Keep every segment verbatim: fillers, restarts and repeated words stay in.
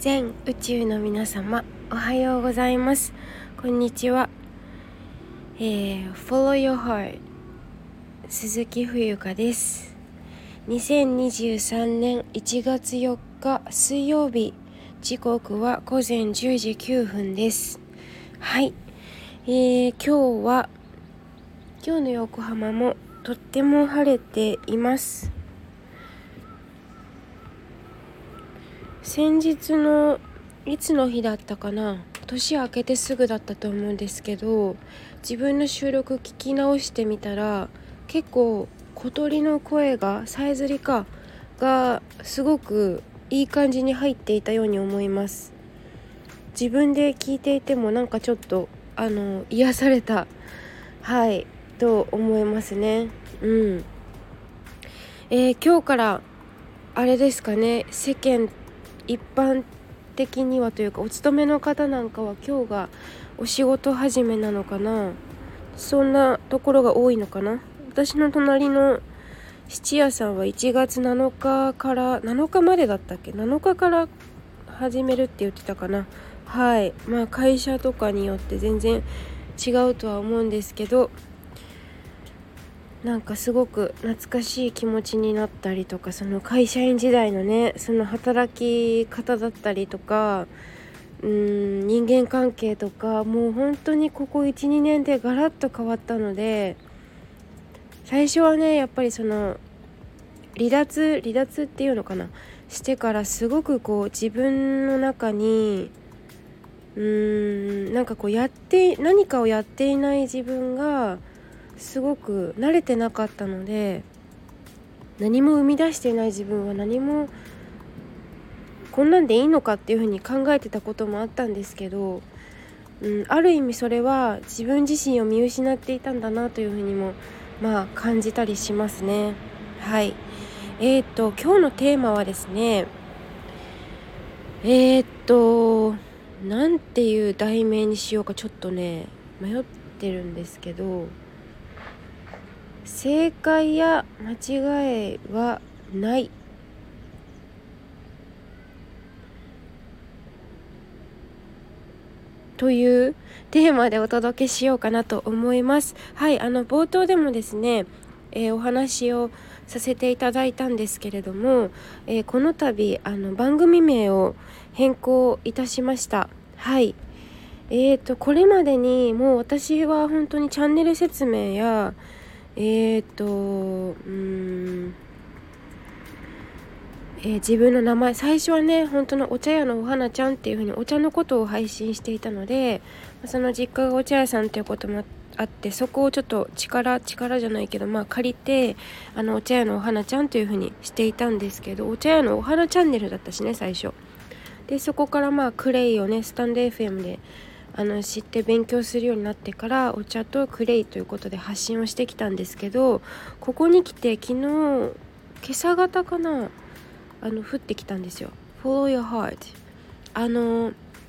全宇宙の皆様、おはようございます。こんにちは。えー、Follow Your Heart 鈴木冬香です。にせんにじゅうさんねんいちがつよっか水曜日、時刻はごぜんじゅうじきゅうふんです。はい、えー、今日は今日の横浜もとっても晴れています。先日のいつの日だったかな、年明けてすぐだったと思うんですけど、自分の収録聞き直してみたら、結構小鳥の声がさえずりかがすごくいい感じに入っていたように思います。自分で聞いていてもなんかちょっとあの癒されたはいと思いますね。うんえー、今日からあれですかね、世間一般的にはというか、お勤めの方なんかは今日がお仕事始めなのかな、そんなところが多いのかな。私の隣の質屋さんはいちがつなのかからなのかまでだったっけ、なのかから始めるって言ってたかな。はいまあ会社とかによって全然違うとは思うんですけど、なんかすごく懐かしい気持ちになったりとか、その会社員時代のね、その働き方だったりとか、うーん人間関係とか、もう本当にここ いち,に 年でガラッと変わったので、最初はねやっぱりその離脱離脱っていうのかな、してからすごくこう自分の中にうーんなんかこうやって何かをやっていない自分がすごく慣れてなかったので、何も生み出していない自分は何もこんなんでいいのかっていうふうに考えてたこともあったんですけど、うん、ある意味それは自分自身を見失っていたんだなというふうにもまあ感じたりしますね。はいえーと今日のテーマはですね、えーとなんていう題名にしようかちょっとね迷ってるんですけど、正解や間違いはないというテーマでお届けしようかなと思います。はいあの冒頭でもですね、えー、お話をさせていただいたんですけれども、えー、この度あの番組名を変更いたしました。はいえーとこれまでにもう私は本当にチャンネル説明やえーとうーんえー、自分の名前、最初はね本当のお茶屋のお花ちゃんっていう風にお茶のことを配信していたので、その実家がお茶屋さんっていうこともあって、そこをちょっと力力じゃないけどまあ借りて、あのお茶屋のお花ちゃんという風にしていたんですけど、お茶屋のお花チャンネルだったしね最初で、そこからまあクレイをねスタンド エフエム であの知って勉強するようになってから、お茶とクレイということで発信をしてきたんですけど、ここに来て昨日今朝方かな、あの降ってきたんですよ。 Follow your heart。 あの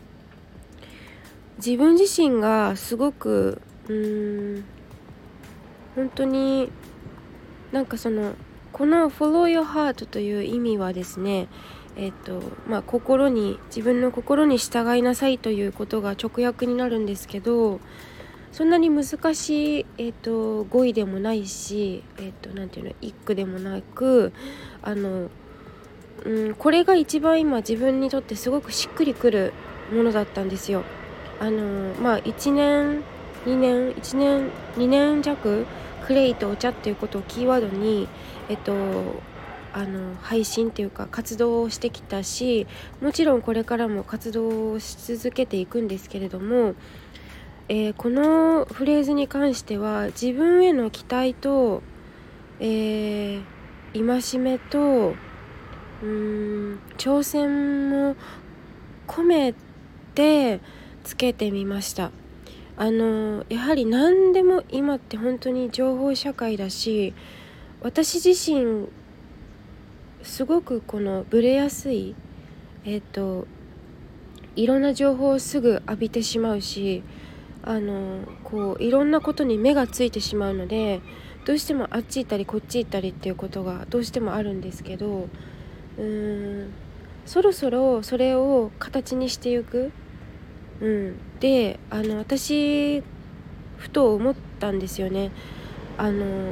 自分自身がすごくうーん本当になんかそのこの Follow your heart という意味はですね、えっとまあ心に自分の心に従いなさいということが直訳になるんですけど、そんなに難しい、えっと語彙でもないし、えっとなんていうの一句でもなく、あのうん、これが一番今自分にとってすごくしっくりくるものだったんですよ。あのまあいちねんにねんいちねんにねん弱クレイとお茶っていうことをキーワードにえっとあの配信っていうか活動をしてきたし、もちろんこれからも活動をし続けていくんですけれども、えー、このフレーズに関しては自分への期待と、えー、戒めとうーん挑戦も込めてつけてみました。あのやはり何でも今って本当に情報社会だし、私自身すごくこのブレやすいえっといろんな情報をすぐ浴びてしまうし、あのこういろんなことに目がついてしまうので、どうしてもあっち行ったりこっち行ったりっていうことがどうしてもあるんですけど、うーんそろそろそれを形にしていく、うん、であの私ふと思ったんですよね。あの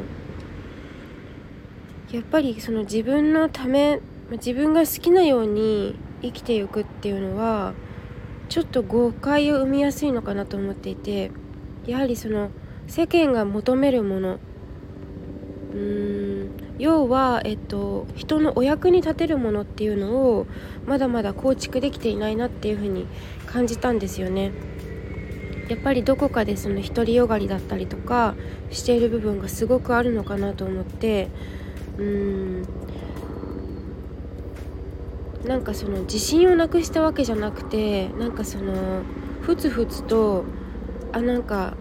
やっぱりその自分のため、自分が好きなように生きていくっていうのはちょっと誤解を生みやすいのかなと思っていて、やはりその世間が求めるもの、うーん要は、えっと、人のお役に立てるものっていうのをまだまだ構築できていないなっていうふうに感じたんですよね。やっぱりどこかでその独りよがりだったりとかしている部分がすごくあるのかなと思って、うーんなんかその自信をなくしたわけじゃなくて、なんかそのふつふつとあなんか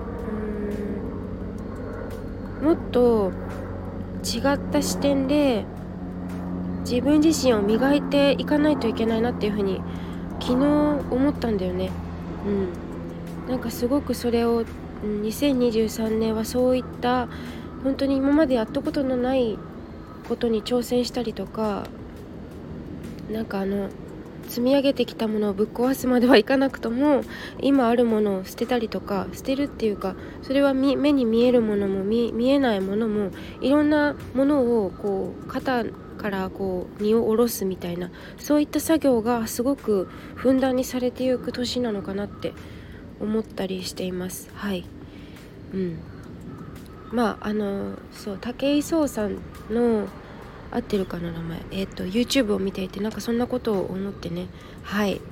うーんもっと違った視点で自分自身を磨いていかないといけないなっていうふうに昨日思ったんだよね。うん、なんかすごくそれをにせんにじゅうさんねんはそういった本当に今までやったことのないことに挑戦したりとか、なんかあの積み上げてきたものをぶっ壊すまではいかなくとも今あるものを捨てたりとか、捨てるっていうかそれは目に見えるものも 見, 見えないものもいろんなものをこう肩からこう荷を下ろすみたいな、そういった作業がすごくふんだんにされていく年なのかなって思ったりしています。はい、うん、まああのそう武井壮さんの合ってるかな名前、えっと YouTube を見ていてなんかそんなことを思ってね。はい、うん、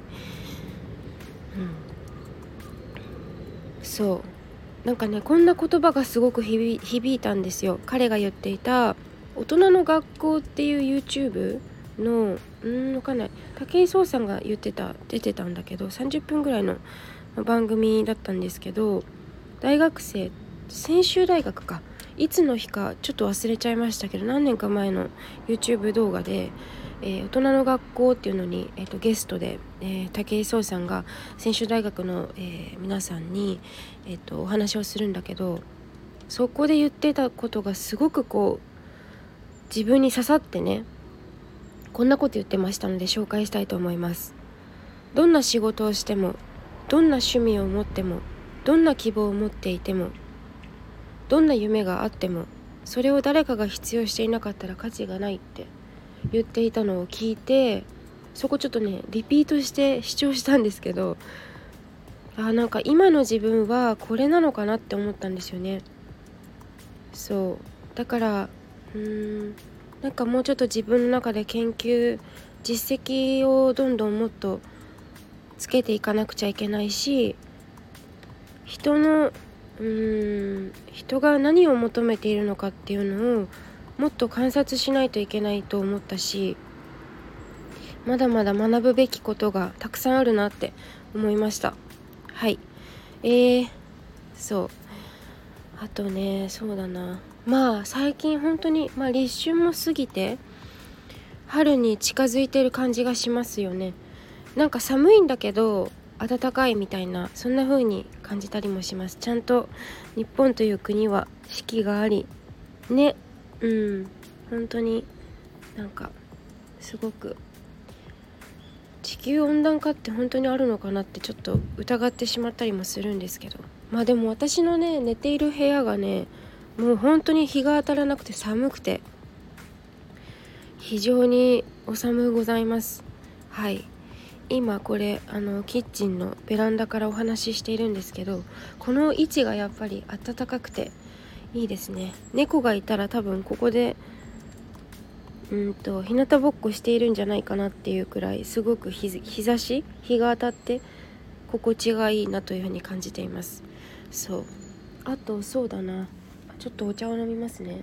そうなんかねこんな言葉がすごく響いたんですよ。彼が言っていた大人の学校っていう YouTube のうんわかんない武井壮さんが言ってた出てたんだけどさんじゅっぷんぐらいの番組だったんですけど、大学生専修大学かいつの日かちょっと忘れちゃいましたけど何年か前の YouTube 動画で、えー、大人の学校っていうのに、えー、とゲストで、えー、武井壮さんが専修大学の、えー、皆さんに、えー、とお話をするんだけど、そこで言ってたことがすごくこう自分に刺さってね、こんなこと言ってましたので紹介したいと思います。どんな仕事をしても、どんな趣味を持っても、どんな希望を持っていても、どんな夢があっても、それを誰かが必要していなかったら価値がないって言っていたのを聞いて、そこちょっとねリピートして視聴したんですけど、あなんか今の自分はこれなのかなって思ったんですよね。そうだからうーんなんかもうちょっと自分の中で研究実績をどんどんもっとつけていかなくちゃいけないし、人のうーん人が何を求めているのかっていうのをもっと観察しないといけないと思ったし、まだまだ学ぶべきことがたくさんあるなって思いました。はい、えー、そうあとねそうだなまあ最近本当に、まあ、立春も過ぎて春に近づいてる感じがしますよね。なんか寒いんだけど暖かいみたいな、そんな風に感じたりもします。ちゃんと日本という国は四季がありね、うん本当になんかすごく地球温暖化って本当にあるのかなってちょっと疑ってしまったりもするんですけど、まあでも私のね寝ている部屋がねもう本当に日が当たらなくて寒くて非常にお寒ございます。はい、今これあのキッチンのベランダからお話ししているんですけど、この位置がやっぱり暖かくていいですね。猫がいたら多分ここでうんと日向ぼっこしているんじゃないかなっていうくらいすごく 日, 日差し日が当たって心地がいいなというふうに感じています。そうあとそうだなちょっとお茶を飲みますね。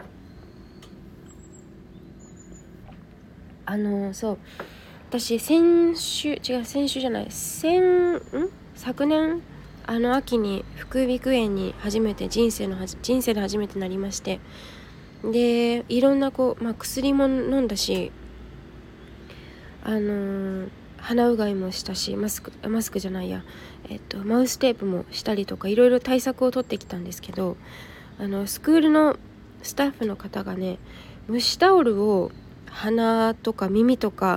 あのそう私先週違う先週じゃない先ん昨年あの秋に副鼻腔炎に初めて人生の人生で初めてなりまして、でいろんなこう、まあ、薬も飲んだしあのー、鼻うがいもしたしマスクマスクじゃないや、えっと、マウステープもしたりとかいろいろ対策を取ってきたんですけど、あのスクールのスタッフの方がね蒸しタオルを鼻とか耳とか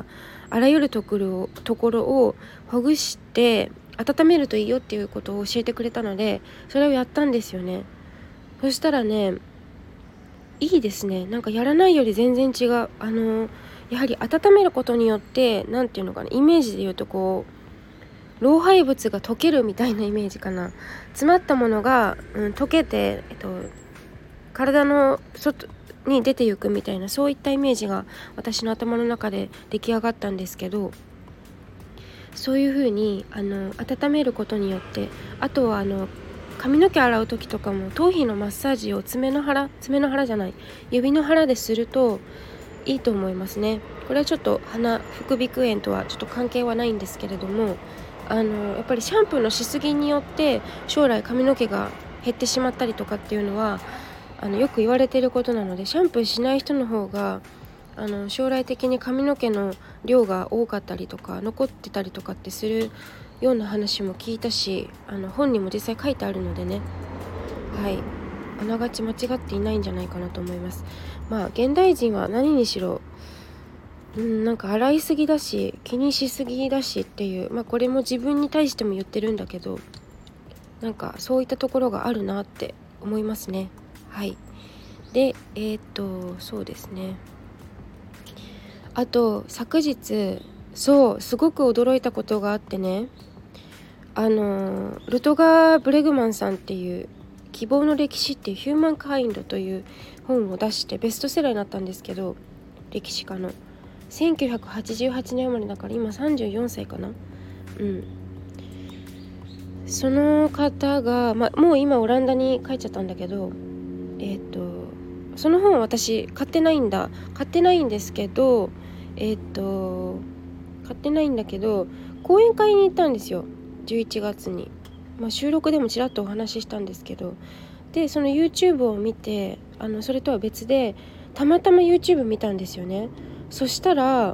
あらゆるところをところをほぐして温めるといいよっていうことを教えてくれたので、それをやったんですよね。そしたらね、いいですね。なんかやらないより全然違う。あのやはり温めることによって、なんていうのかな、イメージで言うとこう老廃物が溶けるみたいなイメージかな。詰まったものが、うん、溶けて、えっと、体の外に出ていくみたいな、そういったイメージが私の頭の中で出来上がったんですけど、そういう風にあの温めることによって、あとはあの髪の毛洗う時とかも頭皮のマッサージを爪の腹爪の腹じゃない指の腹でするといいと思いますね。これはちょっと鼻副鼻腔炎とはちょっと関係はないんですけれども、あのやっぱりシャンプーのしすぎによって将来髪の毛が減ってしまったりとかっていうのはあのよく言われていることなので、シャンプーしない人の方があの将来的に髪の毛の量が多かったりとか残ってたりとかってするような話も聞いたし、あの本にも実際書いてあるのでね、はい、あながち間違っていないんじゃないかなと思います。まあ現代人は何にしろ、うん、なんか洗いすぎだし気にしすぎだしっていう、まあこれも自分に対しても言ってるんだけど、なんかそういったところがあるなって思いますね。はい。でえー、っとそうですね、あと昨日そうすごく驚いたことがあってね、あのルトガー・ブレグマンさんっていう希望の歴史っていうヒューマンカインドという本を出してベストセラーになったんですけど、歴史家のせんきゅうひゃくはちじゅうはちねん生まれだから今さんじゅうよんさいかな。うんその方が、まあ、もう今オランダに帰っちゃったんだけど、えっとその本は私買ってないんだ買ってないんですけどえっと買ってないんだけど講演会に行ったんですよ、じゅういちがつに。まあ、収録でもちらっとお話ししたんですけど、でその YouTube を見て、あのそれとは別でたまたま YouTube 見たんですよね。そしたら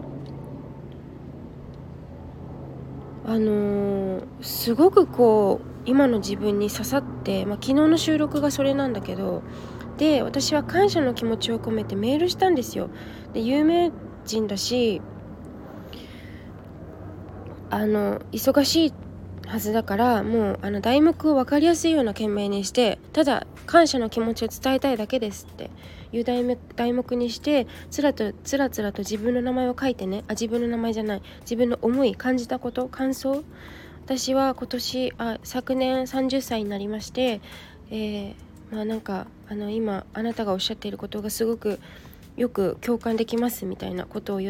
あのーすごくこう今の自分に刺さって、まあ、昨日の収録がそれなんだけど、で私は感謝の気持ちを込めてメールしたんですよ。で有名人だし、あの忙しいはずだから、もうあの題目を分かりやすいような件名にして、ただ感謝の気持ちを伝えたいだけですっていう題目題目にして、つらとつらつらと自分の名前を書いてね、あ自分の名前じゃない自分の思い感じたこと感想。私は今年あ昨年さんじゅっさいになりまして、えー、まあなんかあの今あなたがおっしゃっていることがすごくよく共感できますみたいなことを言って、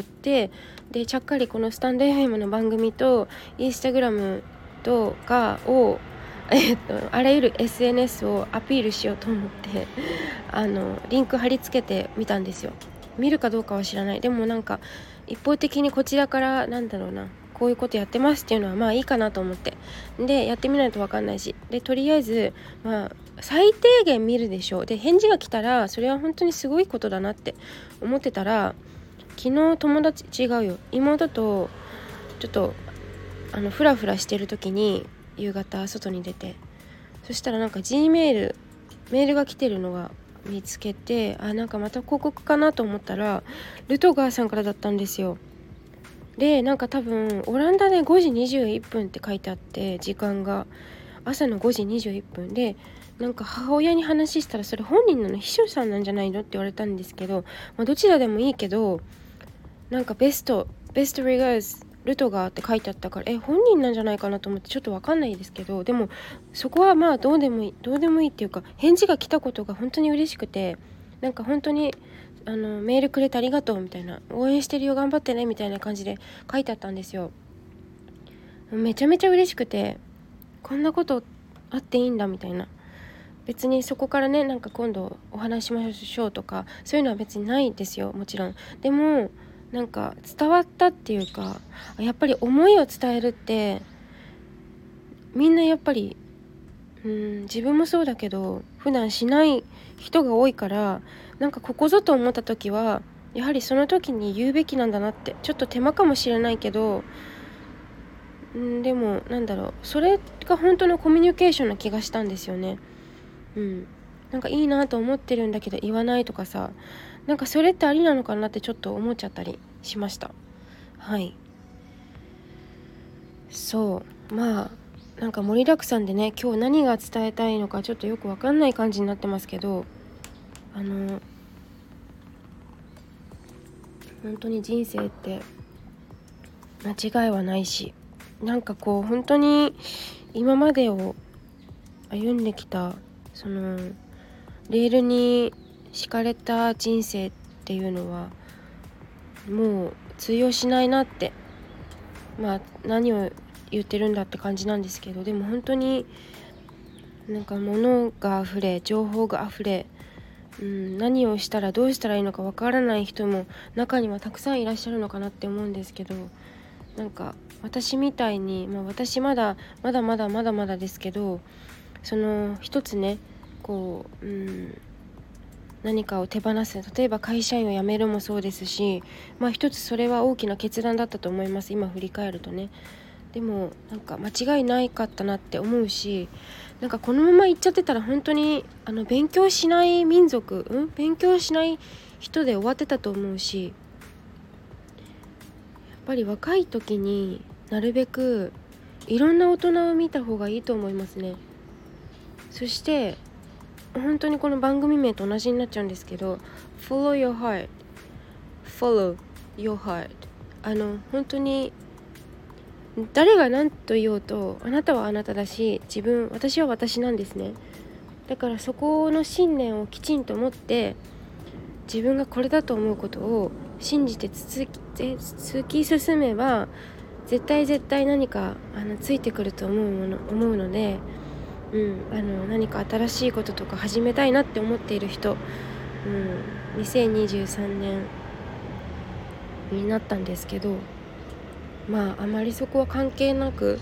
でちゃっかりこのスタンド エフエム の番組とインスタグラムとかを、えっと、あらゆる エスエヌエス をアピールしようと思ってあのリンク貼り付けてみたんですよ。見るかどうかは知らない。でもなんか一方的にこちらからなんだろうな、こういうことやってますっていうのはまあいいかなと思って、でやってみないと分かんないし、でとりあえずまあ最低限見るでしょう。で返事が来たらそれは本当にすごいことだなって思ってたら、昨日友達違うよ妹とちょっとあのフラフラしてる時に夕方外に出て、そしたらなんか G メールメールが来てるのが見つけて、あなんかまた広告かなと思ったらルトガーさんからだったんですよ。でなんか多分オランダでごじにじゅういっぷんって書いてあって、時間が朝のごじにじゅういっぷんで、なんか母親に話したらそれ本人なの秘書さんなんじゃないのって言われたんですけど、まあ、どちらでもいいけど、なんかベストベストリガーズルトガーって書いてあったから、え本人なんじゃないかなと思ってちょっと分かんないですけど、でもそこはまあどうでもいいどうでもいいっていうか、返事が来たことが本当に嬉しくて、なんか本当にあのメールくれてありがとうみたいな、応援してるよ頑張ってねみたいな感じで書いてあったんですよ。めちゃめちゃ嬉しくて、こんなことあっていいんだみたいな。別にそこからねなんか今度お話しましょうとかそういうのは別にないですよ、もちろん。でもなんか伝わったっていうか、やっぱり思いを伝えるってみんなやっぱりうん自分もそうだけど普段しない人が多いから、なんかここぞと思った時はやはりその時に言うべきなんだなって。ちょっと手間かもしれないけど、んでもなんだろう、それが本当のコミュニケーションな気がしたんですよね。うんなんかいいなと思ってるんだけど言わないとかさ、なんかそれってありなのかなってちょっと思っちゃったりしました。はい。 そうまあなんか盛りだくさんでね、今日何が伝えたいのかちょっとよくわかんない感じになってますけど、あの本当に人生って間違いはないし、なんかこう本当に今までを歩んできたそのレールに敷かれた人生っていうのはもう通用しないなって、まあ何を言ってるんだって感じなんですけど、でも本当になんか物が溢れ、情報が溢れ、うん、何をしたらどうしたらいいのかわからない人も中にはたくさんいらっしゃるのかなって思うんですけど、なんか私みたいに、まあ、私まだまだまだまだまだですけど、その一つねこう、うん、何かを手放す、例えば会社員を辞めるもそうですし、まあ一つそれは大きな決断だったと思います、今振り返るとね。でもなんか間違いないかったなって思うし、なんかこのまま行っちゃってたら本当にあの勉強しない民族、うん、勉強しない人で終わってたと思うし、やっぱり若い時になるべくいろんな大人を見た方がいいと思いますね。そして本当にこの番組名と同じになっちゃうんですけど、 Follow your heart Follow your heart、 あの本当に誰が何と言おうとあなたはあなただし、自分私は私なんですね。だからそこの信念をきちんと持って、自分がこれだと思うことを信じて続き突き進めば絶対絶対何かあのついてくると思うもの思うので、うん、あの何か新しいこととか始めたいなって思っている人、うん、にせんにじゅうさんねんになったんですけど、まああまりそこは関係なく、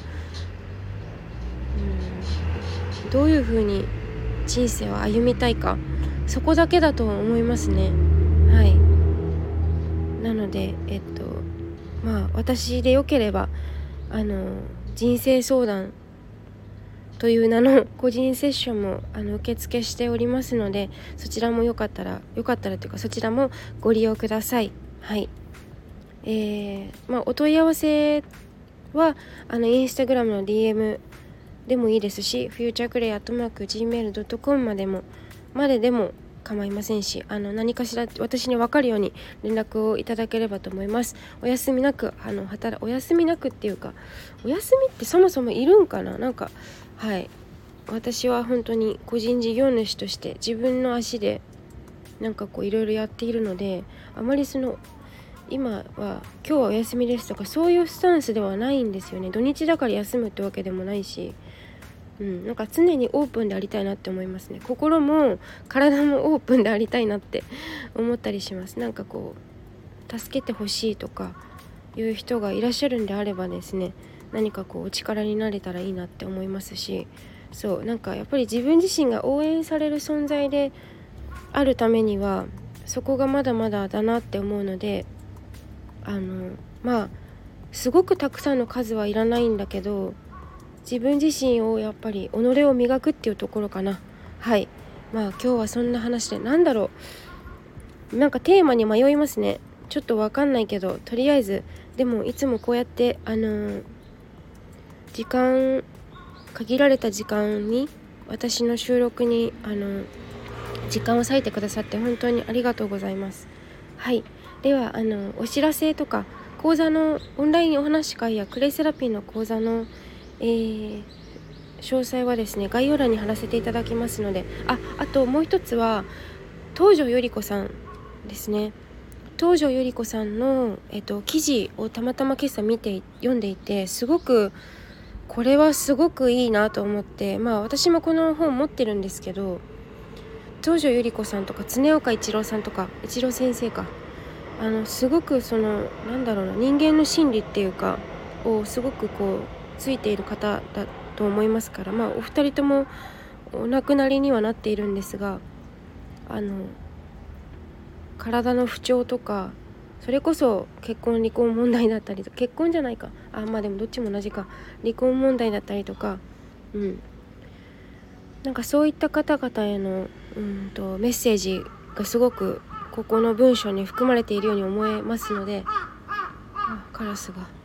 うん、どういうふうに人生を歩みたいか、そこだけだと思いますね。はい。なのでえっとまあ私でよければあの人生相談という名の個人セッションもあの受付しておりますので、そちらもよかったらよかったらというかそちらもご利用ください。はい。えー、まあお問い合わせはあのインスタグラムの ディーエム でもいいですし、フューチャークレイアットマーク ジーメールドットコム までもまででも構いませんし、あの何かしら私に分かるように連絡をいただければと思います。お休みなくあの働お休みなくっていうか、お休みってそもそもいるんかな、なんかはい、私は本当に個人事業主として自分の足でなんかこういろいろやっているので、あまりその今は今日はお休みですとかそういうスタンスではないんですよね。土日だから休むってわけでもないし、うん、なんか常にオープンでありたいなって思いますね。心も体もオープンでありたいなって思ったりします。なんかこう助けてほしいとかいう人がいらっしゃるんであればですね、何かこうお力になれたらいいなって思いますし、そうなんかやっぱり自分自身が応援される存在であるためにはそこがまだまだだなって思うので、あのまあすごくたくさんの数はいらないんだけど、自分自身をやっぱり己を磨くっていうところかな。はい。まあ今日はそんな話で、なんだろう、なんかテーマに迷いますね。ちょっとわかんないけど、とりあえずでもいつもこうやってあのー、時間限られた時間に私の収録にあのー、時間を割いてくださって本当にありがとうございます。はい。ではあのお知らせとか講座のオンラインお話し会やクレイセラピーの講座の、えー、詳細はですね概要欄に貼らせていただきますので、ああともう一つは東條ゆり子さんですね。東條ゆり子さんの、えっと、記事をたまたま今朝見て読んでいて、すごくこれはすごくいいなと思って、まあ私もこの本持ってるんですけど、東條ゆり子さんとか常岡一郎さんとか一郎先生か、あのすごくそのなんだろうな、人間の心理っていうかをすごくこうついている方だと思いますから、まあお二人ともお亡くなりにはなっているんですが、あの体の不調とか、それこそ結婚離婚問題だったりと、結婚じゃないか、あまあでもどっちも同じか、離婚問題だったりとか、うんなんかそういった方々へのうんとメッセージがすごくここの文章に含まれているように思えますので、あカラスが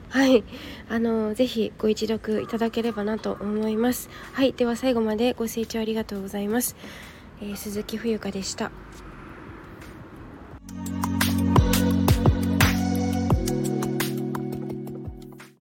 はい、あのぜひご一読いただければなと思います。はい、では最後までご清聴ありがとうございます。えー、鈴木冬香でした。